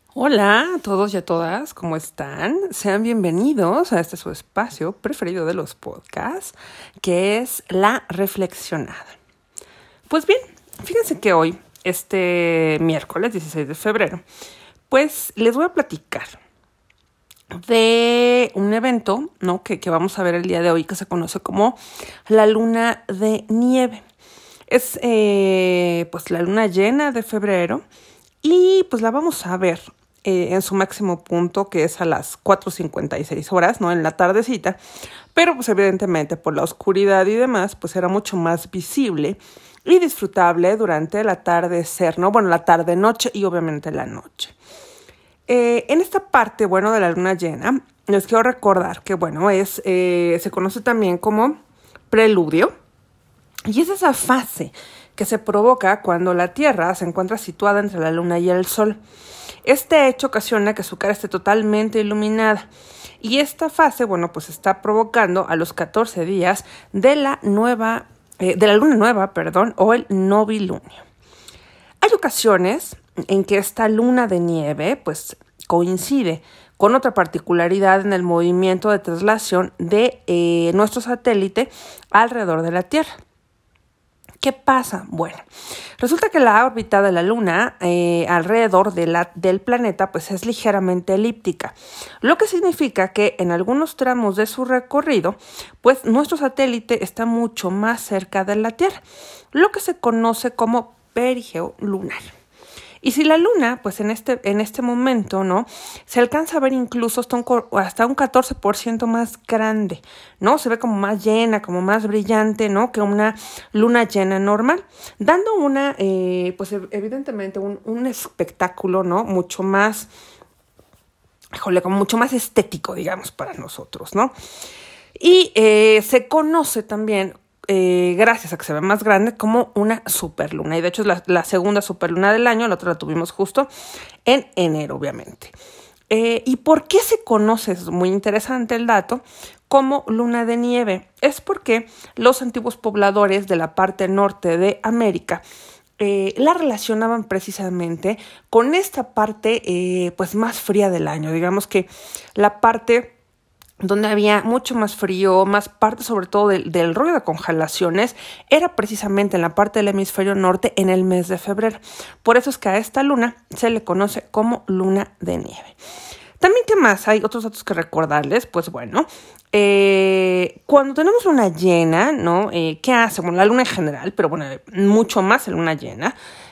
Hola a todos y a todas, ¿cómo están? Sean bienvenidos a este su espacio preferido de los podcasts, que es La Reflexionada. Pues bien, fíjense que hoy, este miércoles 16 de febrero, pues les voy a platicar de un evento, ¿no? que vamos a ver el día de hoy, que se conoce como la luna de nieve. Es pues la luna llena de febrero y pues la vamos a ver en su máximo punto, que es a las 4:56 horas, ¿no? En la tardecita, pero pues evidentemente por la oscuridad y demás, pues era mucho más visible y disfrutable durante el atardecer, ¿no? Bueno, la tarde-noche y obviamente la noche. En esta parte, bueno, de la luna llena, les quiero recordar que, bueno, se conoce también como preludio, y es esa fase que se provoca cuando la Tierra se encuentra situada entre la Luna y el Sol. Este hecho ocasiona que su cara esté totalmente iluminada. Y esta fase, bueno, pues está provocando a los 14 días de la luna nueva, o el novilunio. Hay ocasiones en que esta luna de nieve, pues, coincide con otra particularidad en el movimiento de traslación de nuestro satélite alrededor de la Tierra. ¿Qué pasa? Bueno, resulta que la órbita de la Luna alrededor del planeta pues es ligeramente elíptica, lo que significa que en algunos tramos de su recorrido pues nuestro satélite está mucho más cerca de la Tierra, lo que se conoce como perigeo lunar. Y si la luna, pues en este momento, ¿no? Se alcanza a ver incluso hasta un 14% más grande, ¿no? Se ve como más llena, como más brillante, ¿no? Que una luna llena normal, dando pues evidentemente un espectáculo, ¿no? Mucho más, como mucho más estético, digamos, para nosotros, ¿no? Y se conoce también gracias a que se ve más grande, como una superluna. Y de hecho es la segunda superluna del año, la otra la tuvimos justo en enero, obviamente. ¿Y por qué se conoce? Es muy interesante el dato, como luna de nieve. Es porque los antiguos pobladores de la parte norte de América la relacionaban precisamente con esta parte pues más fría del año. Digamos que la parte donde había mucho más frío, más parte sobre todo del rollo de congelaciones, era precisamente en la parte del hemisferio norte en el mes de febrero. Por eso es que a esta luna se le conoce como luna de nieve. También, ¿qué más? Hay otros datos que recordarles. Pues bueno, cuando tenemos luna llena, ¿no? ¿Qué hace? Bueno, la luna en general, pero bueno, mucho más la luna llena.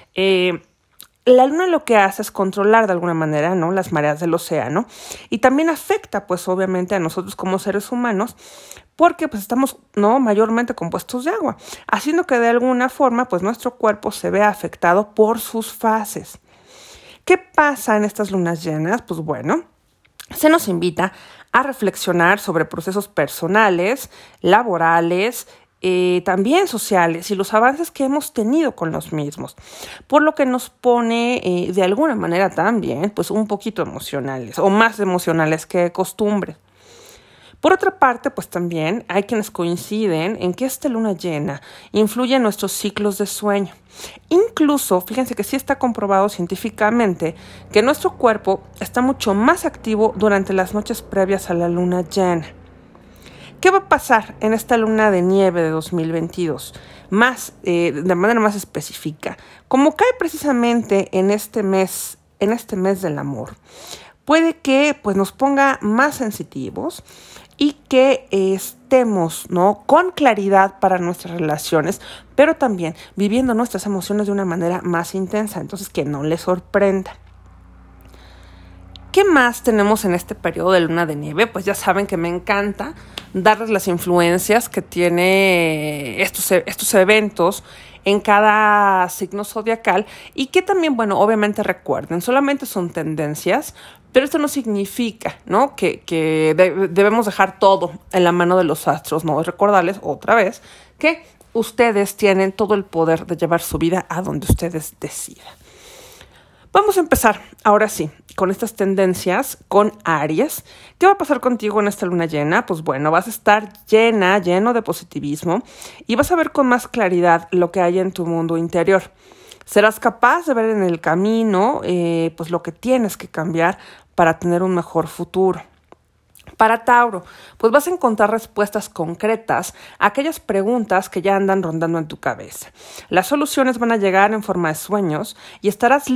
La luna lo que hace es controlar de alguna manera, ¿no? Las mareas del océano, y también afecta, pues obviamente, a nosotros como seres humanos, porque pues estamos, ¿no? Mayormente compuestos de agua, haciendo que de alguna forma pues nuestro cuerpo se vea afectado por sus fases. ¿Qué pasa en estas lunas llenas? Pues bueno, se nos invita a reflexionar sobre procesos personales, laborales, también sociales, y los avances que hemos tenido con los mismos, por lo que nos pone de alguna manera también pues un poquito emocionales, o más emocionales que de costumbre. Por otra parte, pues también hay quienes coinciden en que esta luna llena influye en nuestros ciclos de sueño. Incluso, fíjense que sí está comprobado científicamente que nuestro cuerpo está mucho más activo durante las noches previas a la luna llena. ¿Qué va a pasar en esta luna de nieve de 2022? De manera más específica, como cae precisamente en este mes del amor, puede que pues, nos ponga más sensitivos y que estemos, ¿no? Con claridad para nuestras relaciones, pero también viviendo nuestras emociones de una manera más intensa. Entonces, que no les sorprenda. ¿Qué más tenemos en este periodo de luna de nieve? Pues ya saben que me encanta darles las influencias que tiene estos eventos en cada signo zodiacal, y que también, bueno, obviamente recuerden, solamente son tendencias, pero esto no significa, ¿no? que debemos dejar todo en la mano de los astros, ¿no? Recordarles otra vez que ustedes tienen todo el poder de llevar su vida a donde ustedes decidan. Vamos a empezar, ahora sí, con estas tendencias, con Aries. ¿Qué va a pasar contigo en esta luna llena? Pues bueno, vas a estar lleno de positivismo, y vas a ver con más claridad lo que hay en tu mundo interior. Serás capaz de ver en el camino pues lo que tienes que cambiar para tener un mejor futuro. Para Tauro, pues vas a encontrar respuestas concretas a aquellas preguntas que ya andan rondando en tu cabeza. Las soluciones van a llegar en forma de sueños y estarás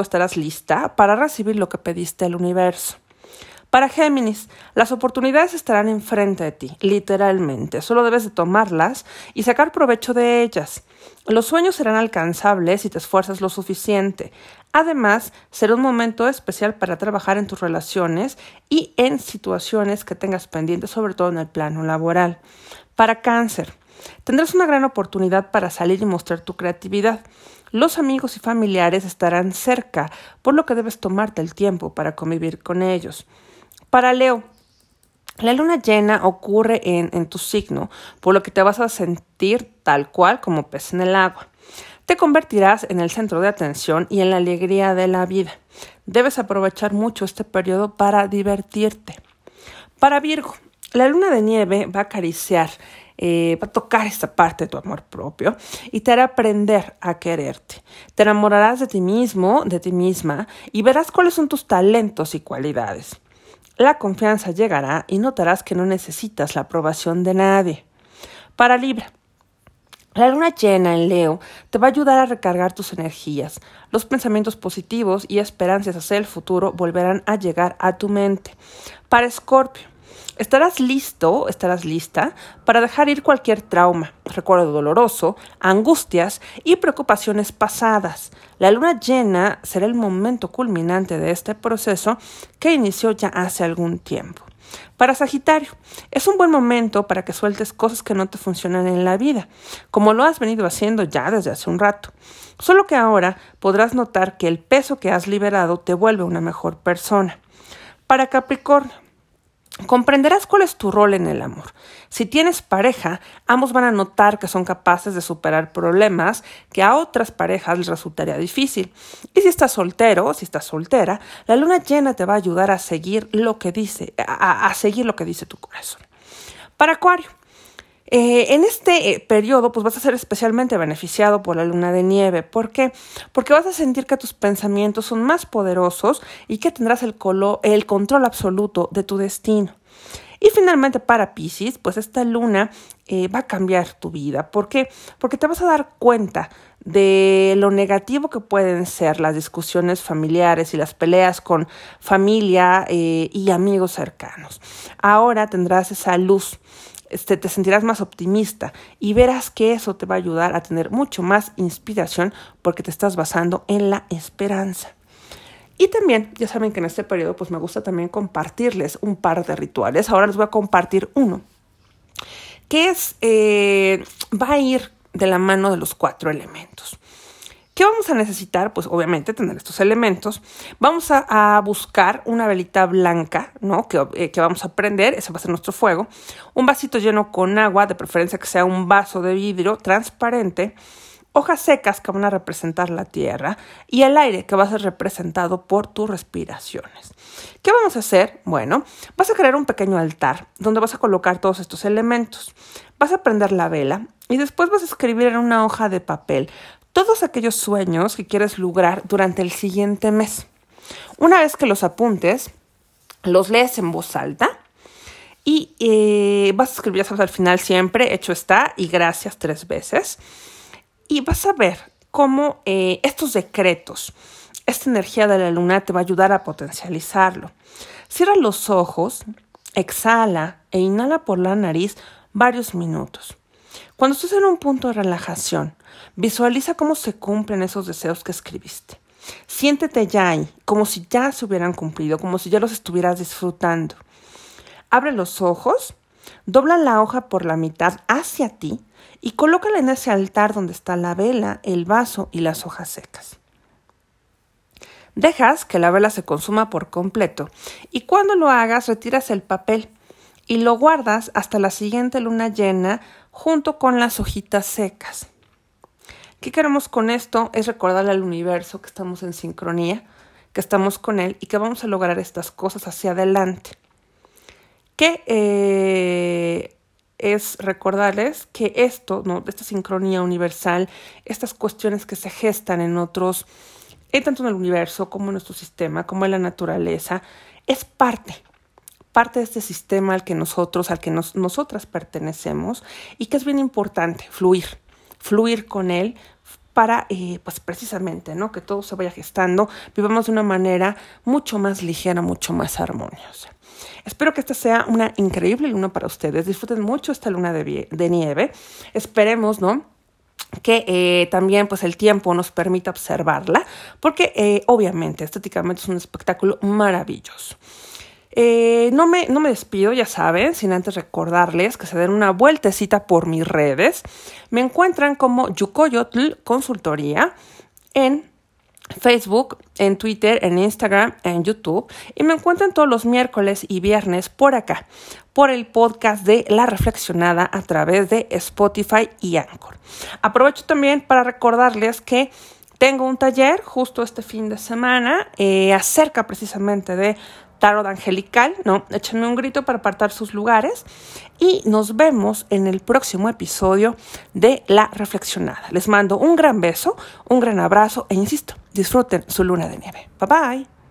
lista para recibir lo que pediste al universo. Para Géminis, las oportunidades estarán enfrente de ti, literalmente. Solo debes de tomarlas y sacar provecho de ellas. Los sueños serán alcanzables si te esfuerzas lo suficiente. Además, será un momento especial para trabajar en tus relaciones y en situaciones que tengas pendientes, sobre todo en el plano laboral. Para Cáncer, tendrás una gran oportunidad para salir y mostrar tu creatividad. Los amigos y familiares estarán cerca, por lo que debes tomarte el tiempo para convivir con ellos. Para Leo, la luna llena ocurre en tu signo, por lo que te vas a sentir tal cual como pez en el agua. Te convertirás en el centro de atención y en la alegría de la vida. Debes aprovechar mucho este periodo para divertirte. Para Virgo, la luna de nieve va a acariciar, va a tocar esta parte de tu amor propio y te hará aprender a quererte. Te enamorarás de ti mismo, de ti misma y verás cuáles son tus talentos y cualidades. La confianza llegará y notarás que no necesitas la aprobación de nadie. Para Libra, la luna llena en Leo te va a ayudar a recargar tus energías. Los pensamientos positivos y esperanzas hacia el futuro volverán a llegar a tu mente. Para Escorpio, estarás lista para dejar ir cualquier trauma, recuerdo doloroso, angustias y preocupaciones pasadas. La luna llena será el momento culminante de este proceso que inició ya hace algún tiempo. Para Sagitario, es un buen momento para que sueltes cosas que no te funcionan en la vida, como lo has venido haciendo ya desde hace un rato. Solo que ahora podrás notar que el peso que has liberado te vuelve una mejor persona. Para Capricornio, comprenderás cuál es tu rol en el amor. Si tienes pareja, ambos van a notar que son capaces de superar problemas que a otras parejas les resultaría difícil. Y si estás soltero o si estás soltera, la luna llena te va a ayudar a seguir lo que dice, a seguir lo que dice tu corazón. Para Acuario, en este periodo pues vas a ser especialmente beneficiado por la luna de nieve. ¿Por qué? Porque vas a sentir que tus pensamientos son más poderosos y que tendrás el control absoluto de tu destino. Y finalmente para Piscis, pues esta luna va a cambiar tu vida. ¿Por qué? Porque te vas a dar cuenta de lo negativo que pueden ser las discusiones familiares y las peleas con familia y amigos cercanos. Ahora tendrás esa luz. Te sentirás más optimista y verás que eso te va a ayudar a tener mucho más inspiración porque te estás basando en la esperanza. Y también, ya saben que en este periodo pues me gusta también compartirles un par de rituales. Ahora les voy a compartir uno que va a ir de la mano de los 4 elementos. ¿Qué vamos a necesitar? Pues obviamente tener estos elementos. Vamos a buscar una velita blanca, ¿no? Que vamos a prender, ese va a ser nuestro fuego. Un vasito lleno con agua, de preferencia que sea un vaso de vidrio transparente. Hojas secas que van a representar la tierra y el aire que va a ser representado por tus respiraciones. ¿Qué vamos a hacer? Bueno, vas a crear un pequeño altar donde vas a colocar todos estos elementos. Vas a prender la vela y después vas a escribir en una hoja de papel todos aquellos sueños que quieres lograr durante el siguiente mes. Una vez que los apuntes, los lees en voz alta y vas a escribir, ya sabes, al final siempre, hecho está y gracias 3 veces. Y vas a ver cómo estos decretos, esta energía de la luna te va a ayudar a potencializarlo. Cierra los ojos, exhala e inhala por la nariz varios minutos. Cuando estés en un punto de relajación, visualiza cómo se cumplen esos deseos que escribiste. Siéntete ya ahí, como si ya se hubieran cumplido, como si ya los estuvieras disfrutando. Abre los ojos, dobla la hoja por la mitad hacia ti y colócala en ese altar donde está la vela, el vaso y las hojas secas. Dejas que la vela se consuma por completo y cuando lo hagas retiras el papel y lo guardas hasta la siguiente luna llena junto con las hojitas secas. ¿Qué queremos con esto? Es recordarle al universo que estamos en sincronía, que estamos con él y que vamos a lograr estas cosas hacia adelante. Que es recordarles que esto, ¿no? Esta sincronía universal, estas cuestiones que se gestan en otros, tanto en el universo como en nuestro sistema, como en la naturaleza, es parte de este sistema al que nosotras pertenecemos y que es bien importante fluir con él para, pues precisamente, ¿no? Que todo se vaya gestando, vivamos de una manera mucho más ligera, mucho más armoniosa. Espero que esta sea una increíble luna para ustedes. Disfruten mucho esta luna de nieve. Esperemos, ¿no?, que también pues el tiempo nos permita observarla, porque obviamente estéticamente es un espectáculo maravilloso. No me despido, ya saben, sin antes recordarles que se den una vueltecita por mis redes. Me encuentran como Yukoyotl Consultoría en Facebook, en Twitter, en Instagram, en YouTube, y me encuentran todos los miércoles y viernes por acá, por el podcast de La Reflexionada a través de Spotify y Anchor. Aprovecho también para recordarles que tengo un taller justo este fin de semana acerca precisamente de tarot angelical, ¿no? Échenme un grito para apartar sus lugares y nos vemos en el próximo episodio de La Reflexionada. Les mando un gran beso, un gran abrazo e insisto, disfruten su luna de nieve. Bye bye.